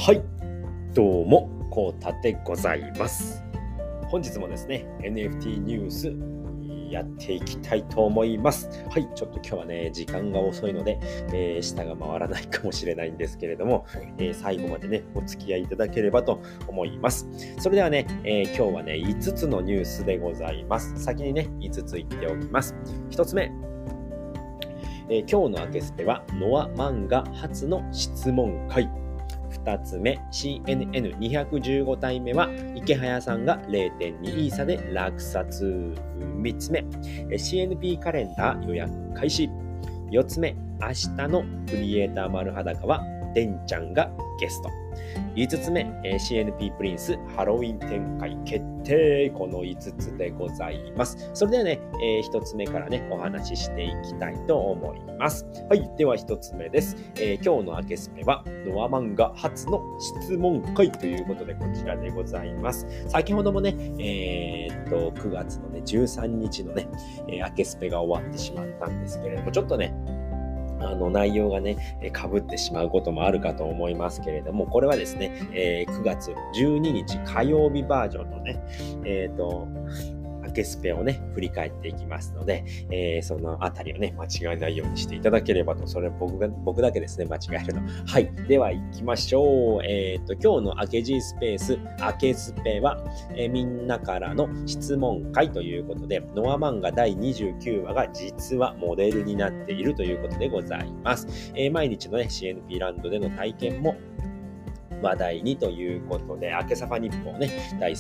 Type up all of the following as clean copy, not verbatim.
はい、どうもこうたでございます。本日もですね NFT ニュースやっていきたいと思います。はい、ちょっと今日はね時間が遅いので、舌が回らないかもしれないんですけれども、最後までねお付き合いいただければと思います。それではね、今日はね5つのニュースでございます。先にね5つ言っておきます。1つ目、今日のアケスペはノア漫画初の質問会。2つ目、CNN215 体目は池早さんが 0.2 イーサで落札。3つ目、CNP カレンダー予約開始。4つ目、明日のクリエイター丸裸はデンちゃんがゲスト。5つ目、CNP プリンスハロウィン展開決定。この5つでございます。それではね、1つ目からねお話ししていきたいと思います。はい、では1つ目です。今日のアケスペはノア漫画初の質問会ということでこちらでございます。先ほどもね、9月のね13日のね、アケスペが終わってしまったんですけれども、ちょっとね内容がね、被ってしまうこともあるかと思いますけれども、これはですね、9月12日火曜日バージョンのね、アケスペをね、振り返っていきますので、そのあたりをね、間違えないようにしていただければと、それは僕だけですね、間違えるの。はい。では行きましょう。今日のアケジースペース、アケスペは、みんなからの質問会ということで、ノア漫画第29話が実はモデルになっているということでございます。毎日のね、CNP ランドでの体験も話題にということで、明けさぱ日報ね、第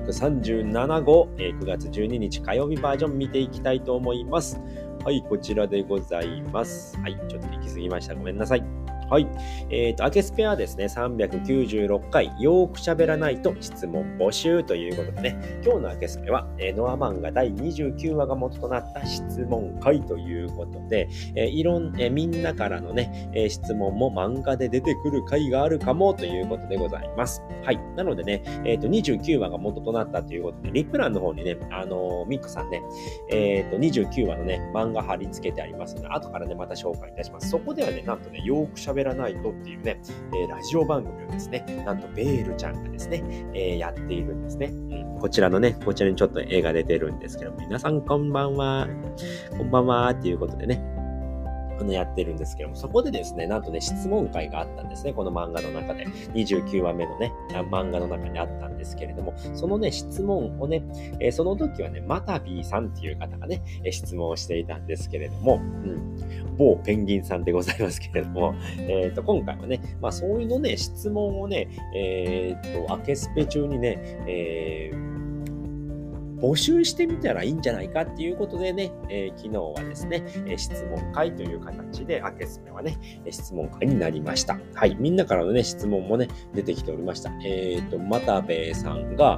337号、9月12日火曜日バージョン見ていきたいと思います。はい、こちらでございます。はい、ちょっと行き過ぎました。ごめんなさい。はい。アケスペはですね、396回、よーく喋らないと質問募集ということでね、今日のアケスペは、ノア漫画第29話が元となった質問会ということで、みんなからのね、質問も漫画で出てくる回があるかもということでございます。はい。なのでね、29話が元となったということで、リプランの方にね、ミックさんね、29話のね、漫画貼り付けてありますので、後からね、また紹介いたします。そこではね、なんとね、よーく喋らないとっていうね、ラジオ番組をですね、なんとベールちゃんがですね、やっているんですね。こちらのね、こちらにちょっと絵が出てるんですけど、皆さんこんばんは。こんばんはっていうことでね、やってるんですけども、そこでですね、なんとね、質問会があったんですね。この漫画の中で。29話目のね、漫画の中にあったんですけれども、そのね、質問をね、その時はね、マタビーさんっていう方がね、質問をしていたんですけれども、某ペンギンさんでございますけれども、今回はね、まあそういうのね、質問をね、アケスペ中にね、募集してみたらいいんじゃないかっていうことでね、昨日はですね、質問会という形で、アケスペはね、質問会になりました。はい。みんなからのね、質問もね、出てきておりました。またべさんが、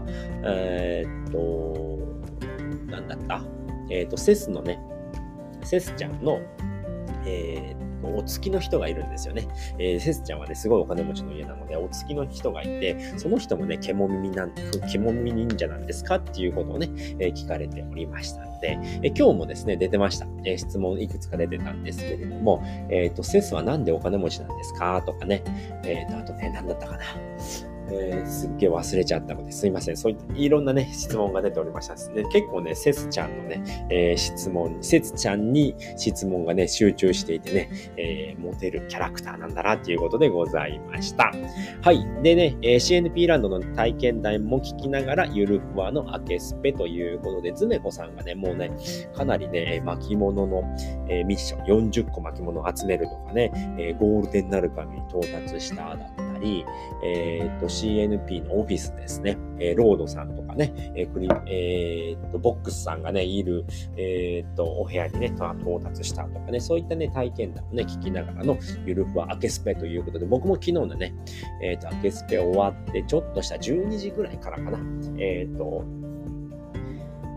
なんだったセスのね、セスちゃんの、お付きの人がいるんですよね。セスちゃんはね、すごいお金持ちの家なので、お付きの人がいて、その人もね、獣耳忍者なんですかっていうことをね、聞かれておりましたので、今日もですね、出てました。質問いくつか出てたんですけれども、セスはなんでお金持ちなんですかとかね、あとね、なんだったかな。すっげえ忘れちゃったのですいません。そういったいろんなね、質問が出ておりましたですね。結構ね、セスちゃんのね、セスちゃんに質問がね、集中していてね、モテるキャラクターなんだなっていうことでございました。はい。でね、CNP ランドの体験談も聞きながら、ゆるふわのアケスペということで、ズメコさんがね、もうね、かなりね、巻物の、ミッション、40個巻物を集めるとかね、ゴールデンなる神に到達しただったり、CNP のオフィスですね、ロードさんとかね、ボックスさんがね、いる、お部屋にね、到達したとかね、そういったね、体験談をね、聞きながらのゆるふわアケスペということで、僕も昨日のね、アケスペ終わって、ちょっとした12時ぐらいからかな、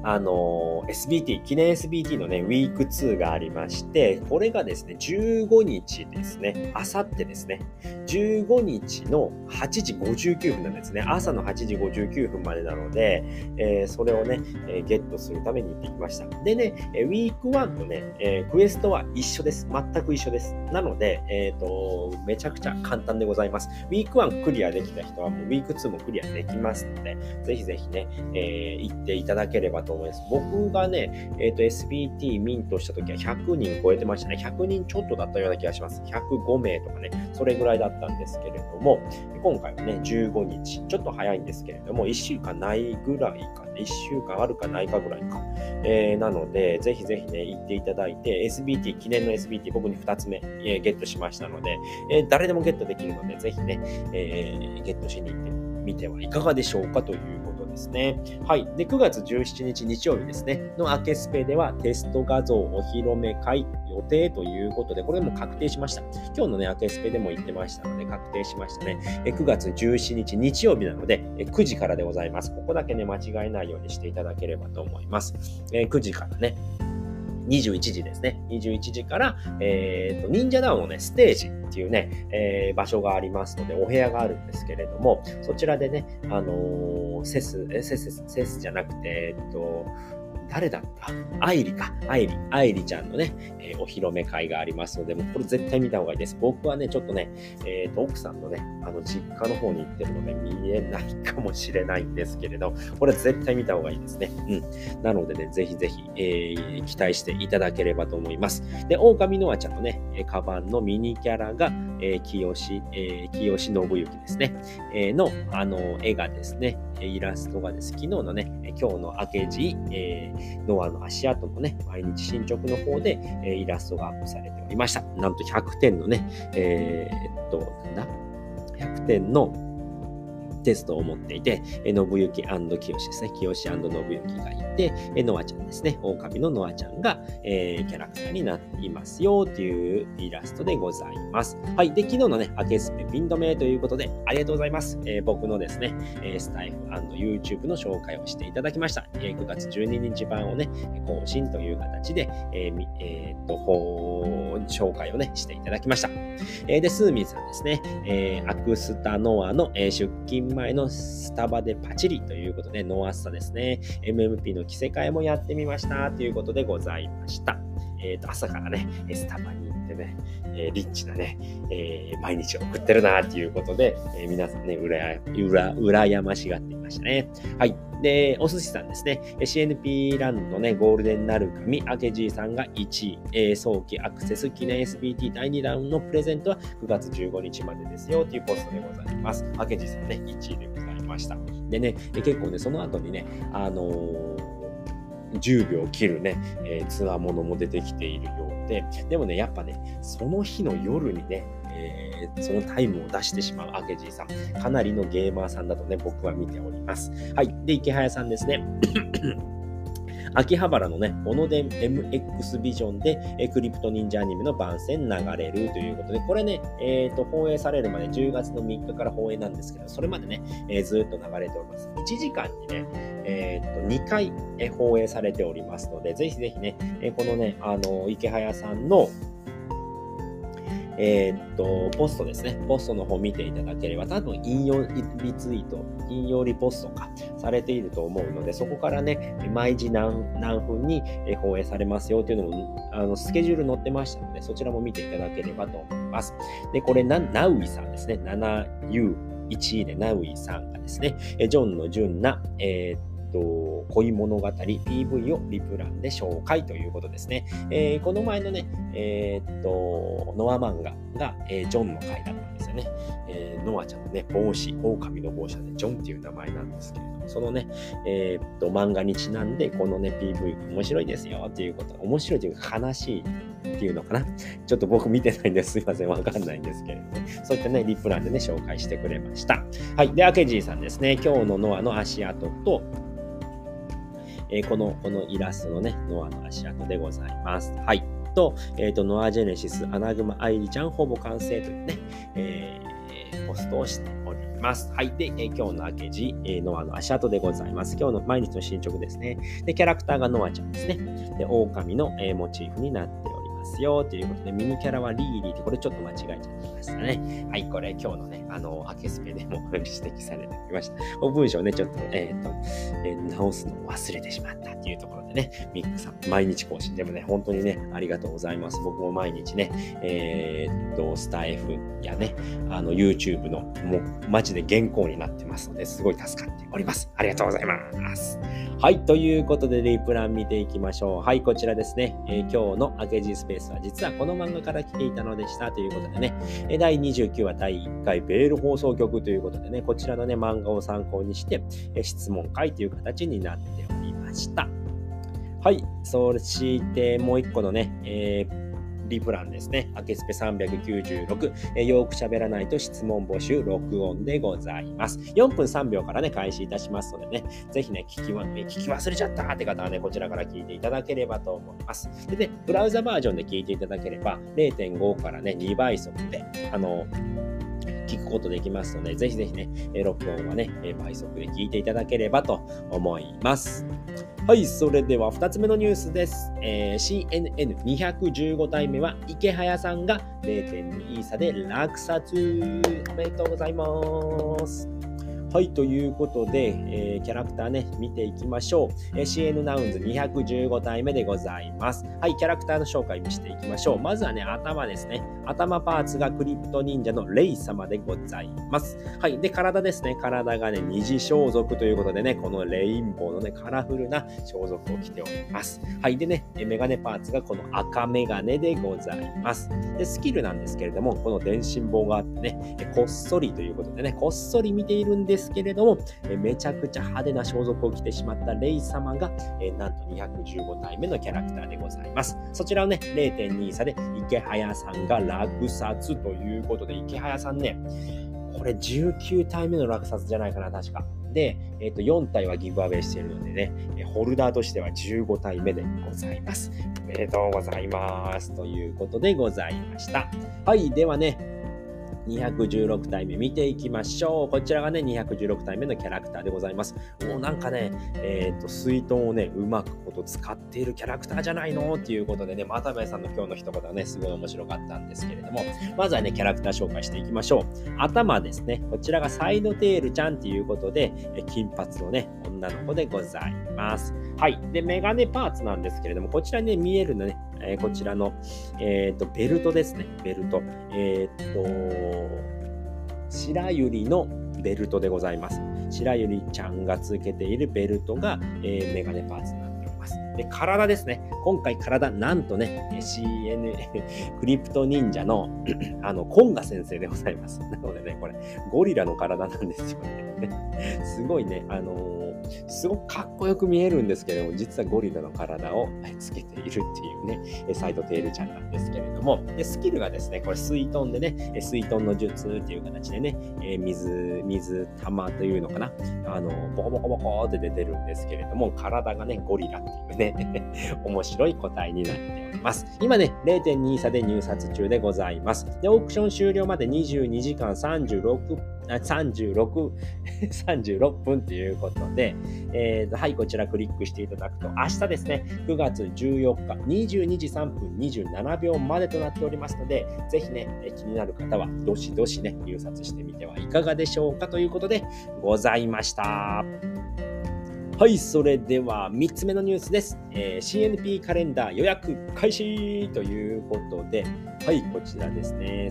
SBT、記念 SBT のね、ウィーク2がありまして、これがですね、15日ですね、あさってですね、15日の8時59分なんですね。朝の8時59分までなので、それをね、ゲットするために行ってきました。でね、ウィーク1とね、クエストは一緒です。全く一緒です。なので、めちゃくちゃ簡単でございます。ウィーク1クリアできた人はもうウィーク2もクリアできますので、ぜひぜひね、行っていただければと思います。僕がね、SBT ミントした時は100人超えてましたね。100人ちょっとだったような気がします。105名とかね、それぐらいだったんですけれども、今回はね、15日、ちょっと早いんですけれども、1週間ないぐらいかね、1週間あるかないかぐらいか。なので、ぜひぜひね、行っていただいて、SBT、記念の SBT、僕に2つ目、ゲットしましたので、誰でもゲットできるので、ぜひね、ゲットしに行ってみてはいかがでしょうかということですね。はい。で、9月17日日曜日ですね、のアケスペではテスト画像お披露目会予定ということで、これも確定しました。今日のね、アケスペでも言ってましたので、確定しましたね。9月17日日曜日なので、9時からでございます。ここだけね、間違えないようにしていただければと思います。9時からね、21時ですね。21時から、忍者ダウンのね、ステージっていうね、場所がありますので、お部屋があるんですけれども、そちらでね、セスじゃなくて、誰だったアイリちゃんのね、お披露目会がありますので、もうこれ絶対見た方がいいです。僕はね、ちょっとね、奥さんのね、実家の方に行ってるので見えないかもしれないんですけれど、これ絶対見た方がいいですね。なのでね、ぜひぜひ、期待していただければと思います。で、狼ノアちゃんのね、カバンのミニキャラが、清志信之ですね、の、絵がですね、イラストがです。昨日のね、今日の明智、ノアの足跡のね、毎日進捗の方で、イラストがアップされておりました。なんと100点のね、100点のテストを持っていて、信行&清ですね。清信行がいて、ノアちゃんですね。狼のノアちゃんが、キャラクターになっていますよというイラストでございます。はい。で、昨日のね、アケスペピン止めということで、ありがとうございます。僕のですね、スタイフ&YouTube の紹介をしていただきました。9月12日版をね、更新という形で、紹介をね、していただきました。で、スーミンさんですね、アクスタノアの、出勤前のスタバでパチリということで、ノアッサですね、MMP の着せ替えもやってみましたということでございました。朝からね、スタバに行ってね、リッチなね、毎日を送ってるなということで、皆さんね、羨ましがっていましたね。はい。で、お寿司さんですね、CNP ランドのね、ゴールデンなる神、明治さんが1位、早期アクセス記念 SBT 第2ラウンドのプレゼントは9月15日までですよというポストでございます。明治さんね、1位でございました。でね、結構ね、その後にね、10秒切るね、つわものも出てきているようで、でもね、やっぱね、その日の夜にね、そのタイムを出してしまう明治さん、かなりのゲーマーさんだとね、僕は見ております。はい。で、池早さんですね。秋葉原のね、オノデン MX ビジョンで、クリプト忍者アニメの番宣流れるということで、これね、放映されるまで10月の3日から放映なんですけど、それまでね、ずっと流れております。1時間にね、2回、放映されておりますので、ぜひぜひね、このね、池早さんのポストですね。ポストの方見ていただければ、多分引用リツイート、引用リポストかされていると思うので、そこからね、毎時何分に放映されますよというのも、スケジュール載ってましたので、そちらも見ていただければと思います。で、これ、ナウイさんですね。7U1 位でナウイさんがですね、ジョンの純な、恋物語 PV をリプランで紹介ということですね。この前のね、ノア漫画が、ジョンの回だったんですよね。ノアちゃんのね、帽子、狼の帽子でジョンっていう名前なんですけれども、そのね、漫画にちなんで、このね、PV 面白いですよっていうこと、面白いというか悲しいっていうのかな。ちょっと僕見てないんですいません、わかんないんですけれども、ね、そういったね、リプランでね、紹介してくれました。はい。で、アケジーさんですね、今日のノアの足跡と、このイラストのね、ノアの足跡でございます。はい。ノアジェネシス、アナグマ愛理ちゃん、ほぼ完成というね、 ポストをしております。はい。で、今日の明け字、ノアの足跡でございます。今日の毎日の進捗ですね。で、キャラクターがノアちゃんですね。で、狼の、モチーフになっておりますよということで、ミニキャラはリーリーって、これちょっと間違えちゃってましたね。はい、これ今日のね、明けスペでも指摘されておりました。この文章ね、ちょっと、直すのを忘れてしまったっていうところでね、ミックさん、毎日更新でもね、本当にね、ありがとうございます。僕も毎日ね、スタイフやね、YouTube の、もう、マジで原稿になってますので、すごい助かっております。ありがとうございます。はい、ということで、リプラン見ていきましょう。はい、こちらですね。今日の明け字スペースは、実はこの漫画から来ていたのでしたということでね、第29話第1回ベール放送局ということでね、こちらのね、漫画を参考にして、質問会という形になっておりました。はい、そしてもう一個のね、リプランですね。明けスペ396、よく喋らないと質問募集、録音でございます。4分3秒からね、開始いたしますのでね、ぜひね、聞き忘れちゃったって方はね、こちらから聞いていただければと思います。でね、ブラウザバージョンで聞いていただければ、0.5 からね、2倍速で、聞くことできますので、ぜひぜひね、録音はね、倍速で聞いていただければと思います。はい、それでは2つ目のニュースです。CNN215 体目は池早さんが 0.2 イーサで落札。おめでとうございます。はい、ということで、キャラクターね、見ていきましょう。CN ナウンズ215体目でございます。はい、キャラクターの紹介見していきましょう。まずはね、頭ですね。頭パーツがクリプト忍者のレイ様でございます。はい、で、体ですね。体がね、二次装束ということでね、このレインボーのね、カラフルな装束を着ております。はい、でね、メガネパーツがこの赤メガネでございます。で、スキルなんですけれども、この電信棒があってね、こっそりということでね、こっそり見ているんですけれども、めちゃくちゃ派手な装束を着てしまったレイ様が、なんと215体目のキャラクターでございます。そちらをね、0.2 差で池早さんが落札ということで、池早さんね、これ19体目の落札じゃないかな、確か。で、4体はギブアウェイしているのでね、ホルダーとしては15体目でございます。おめでとうございます。ということでございました。はい、ではね、216体目見ていきましょう。こちらがね、216体目のキャラクターでございます。もうなんかね、水遁をね、うまくこと使っているキャラクターじゃないのっていうことでね、又部さんの今日の一言はね、すごい面白かったんですけれども、まずはね、キャラクター紹介していきましょう。頭ですね。こちらがサイドテールちゃんということで、金髪のね、女の子でございます。はい。で、メガネパーツなんですけれども、こちらに、ね、見えるのね、こちらの、ベルトですね。ベルト。白百合のベルトでございます。白百合ちゃんがつけているベルトが、メガネパーツになっております。で、体ですね。今回体、なんとね、CN クリプト忍者のコンガ先生でございます。なのでね、これ、ゴリラの体なんですよね。すごいね、すごくかっこよく見えるんですけれども、実はゴリラの体をつけているっていうね、サイドテールちゃんなんですけれども、でスキルがですね、これ水遁でね、水遁の術っていう形でね、水玉というのかな、ボコボコボコって出てるんですけれども、体がね、ゴリラっていうね、面白い個体になっております。今ね、0.2 差で入札中でございます。で、オークション終了まで22時間36分ということで、はい、こちらクリックしていただくと、明日ですね、9月14日、22時3分27秒までとなっておりますので、ぜひね、気になる方は、どしどしね、入札してみてはいかがでしょうかということでございました。はい、それでは3つ目のニュースです。CNP カレンダー予約開始ということで、はい、こちらですね、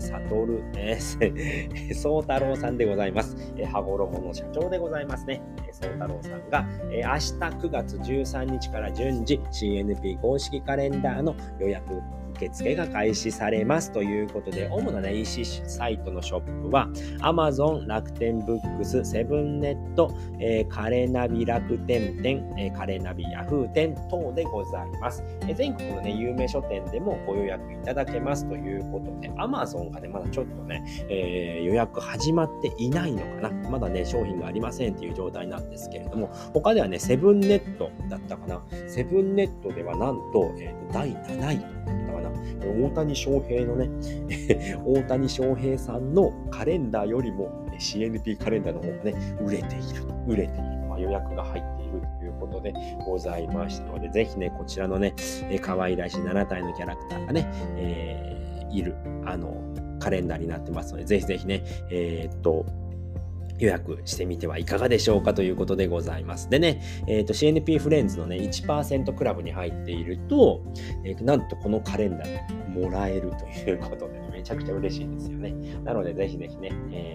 宗太郎さんでございます。羽衣の社長でございますね。宗太郎さんが、明日9月13日から順次 CNP 公式カレンダーの予約受付が開始されますということで、主な、ね、EC サイトのショップは Amazon、楽天ブックス、セブンネット、カレナビ楽天店、カレナビヤフー店等でございます。全国の、ね、有名書店でもご予約いただけますということで、Amazon がね、まだちょっとね、予約始まっていないのかな。まだね、商品がありませんという状態なんですけれども、他ではね、セブンネットだったかな。セブンネットではなんと、第7位となったかな。 大谷翔平のね、大谷翔平さんのカレンダーよりも CNP カレンダーの方がね、売れている。予約が入っているということでございましたので、ぜひね、こちらのね、可愛らしい7体のキャラクターがね、いる、カレンダーになってますので、ぜひぜひね、予約してみてはいかがでしょうかということでございます。でね、CNP フレンズのね、1% クラブに入っていると、なんとこのカレンダーもらえるということで、ね、めちゃくちゃ嬉しいですよね。なので、ぜひぜひね、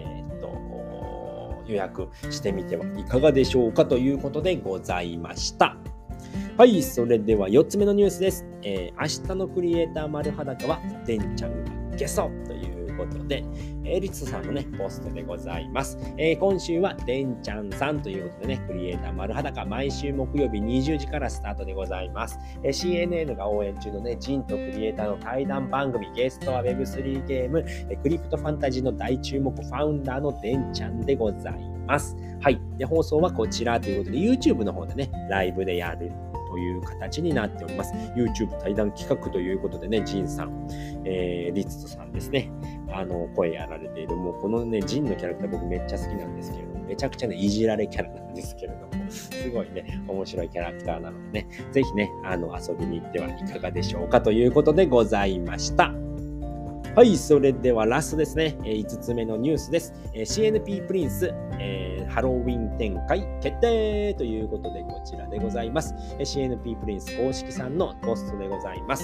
予約してみてはいかがでしょうかということでございました。はい、それでは4つ目のニュースです。明日のクリエイター丸裸は、でんちゃんがゲストということで、リツさんのね、ポストでございます。今週はでんちゃんさんということでね、クリエイター丸裸、毎週木曜日20時からスタートでございます。CNN が応援中のね、ジンとクリエイターの対談番組、ゲストは Web3 ゲーム、クリプトファンタジーの大注目ファウンダーのでんちゃんでございます。はい。で、放送はこちらということで、YouTube の方でね、ライブでやるという形になっております。YouTube 対談企画ということでね、ジンさん、リツトさんですね、声やられている、もうこのね、ジンのキャラクター僕めっちゃ好きなんですけれども、めちゃくちゃね、いじられキャラなんですけれども、すごいね、面白いキャラクターなのでね、ぜひね、遊びに行ってはいかがでしょうかということでございました。はい、それではラストですね。5つ目のニュースです。CNP プリンス、ハロウィン展開決定ということでこちらでございます。CNP プリンス公式さんのポストでございます。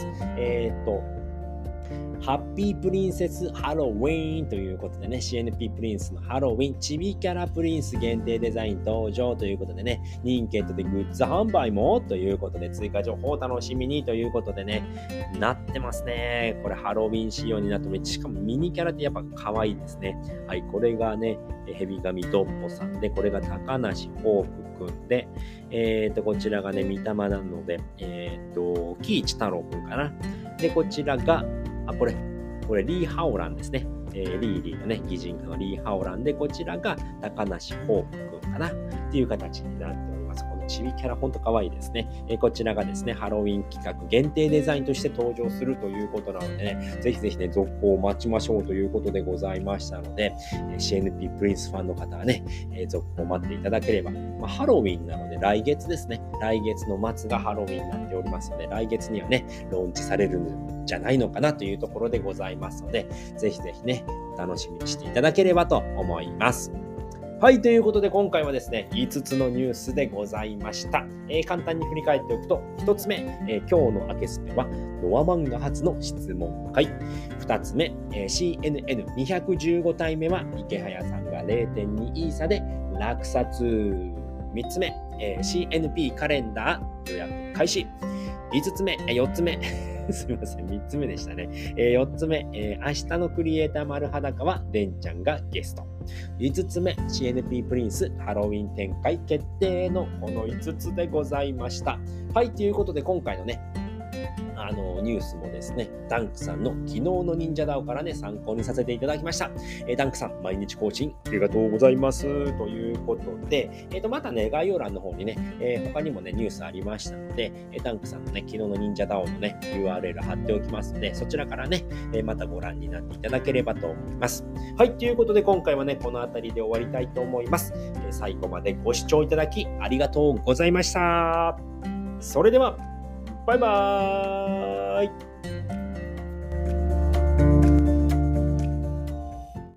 ハッピープリンセスハロウィーンということでね、CNP プリンスのハロウィンチビキャラプリンス限定デザイン登場ということでね、人気でグッズ販売もということで追加情報を楽しみにということでね、なってますね。これハロウィン仕様になっても、しかもミニキャラってやっぱ可愛いですね。はい、これがね、ヘビガミドッポさんで、これが高梨ホークくんで、こちらがね、三玉なので、喜一太郎くんかな。で、こちらが、これリー・ハオランですね。リーのね、擬人化のリー・ハオランで、こちらが高梨ホークくんかなっていう形になっております。このチビキャラ、ほんと可愛いですね。こちらがですね、ハロウィン企画限定デザインとして登場するということなのでね、ぜひぜひね、続行を待ちましょうということでございましたので、CNP プリンスファンの方はね、続行を待っていただければ、ハロウィンなので来月ですね、来月の末がハロウィンになっておりますので、来月にはね、ローンチされるんじゃないのかなというところでございますので、ぜひぜひね、楽しみにしていただければと思います。はい、ということで今回はですね、5つのニュースでございました。簡単に振り返っておくと、1つ目、今日のアケスペはノア漫画初の質問会。2つ目、CNN215 体目は池早さんが 0.2 イーサで落札。3つ目、CNP カレンダー予約開始。4つ目すみません、3つ目でしたね。4つ目、明日のクリエイター丸裸はでんちゃんがゲスト。5つ目、CNP プリンスハロウィン展開決定のこの5つでございました。はい、ということで今回のね、ニュースもですね、ダンクさんの昨日の忍者ダオからね、参考にさせていただきました。ダンクさん、毎日更新ありがとうございます。ということで、またね、概要欄の方にね、他にもね、ニュースありましたので、ダンクさんのね、昨日の忍者ダオのね、URL 貼っておきますので、そちらからね、またご覧になっていただければと思います。はい、ということで今回はね、この辺りで終わりたいと思います。最後までご視聴いただきありがとうございました。それでは、バイバーイ。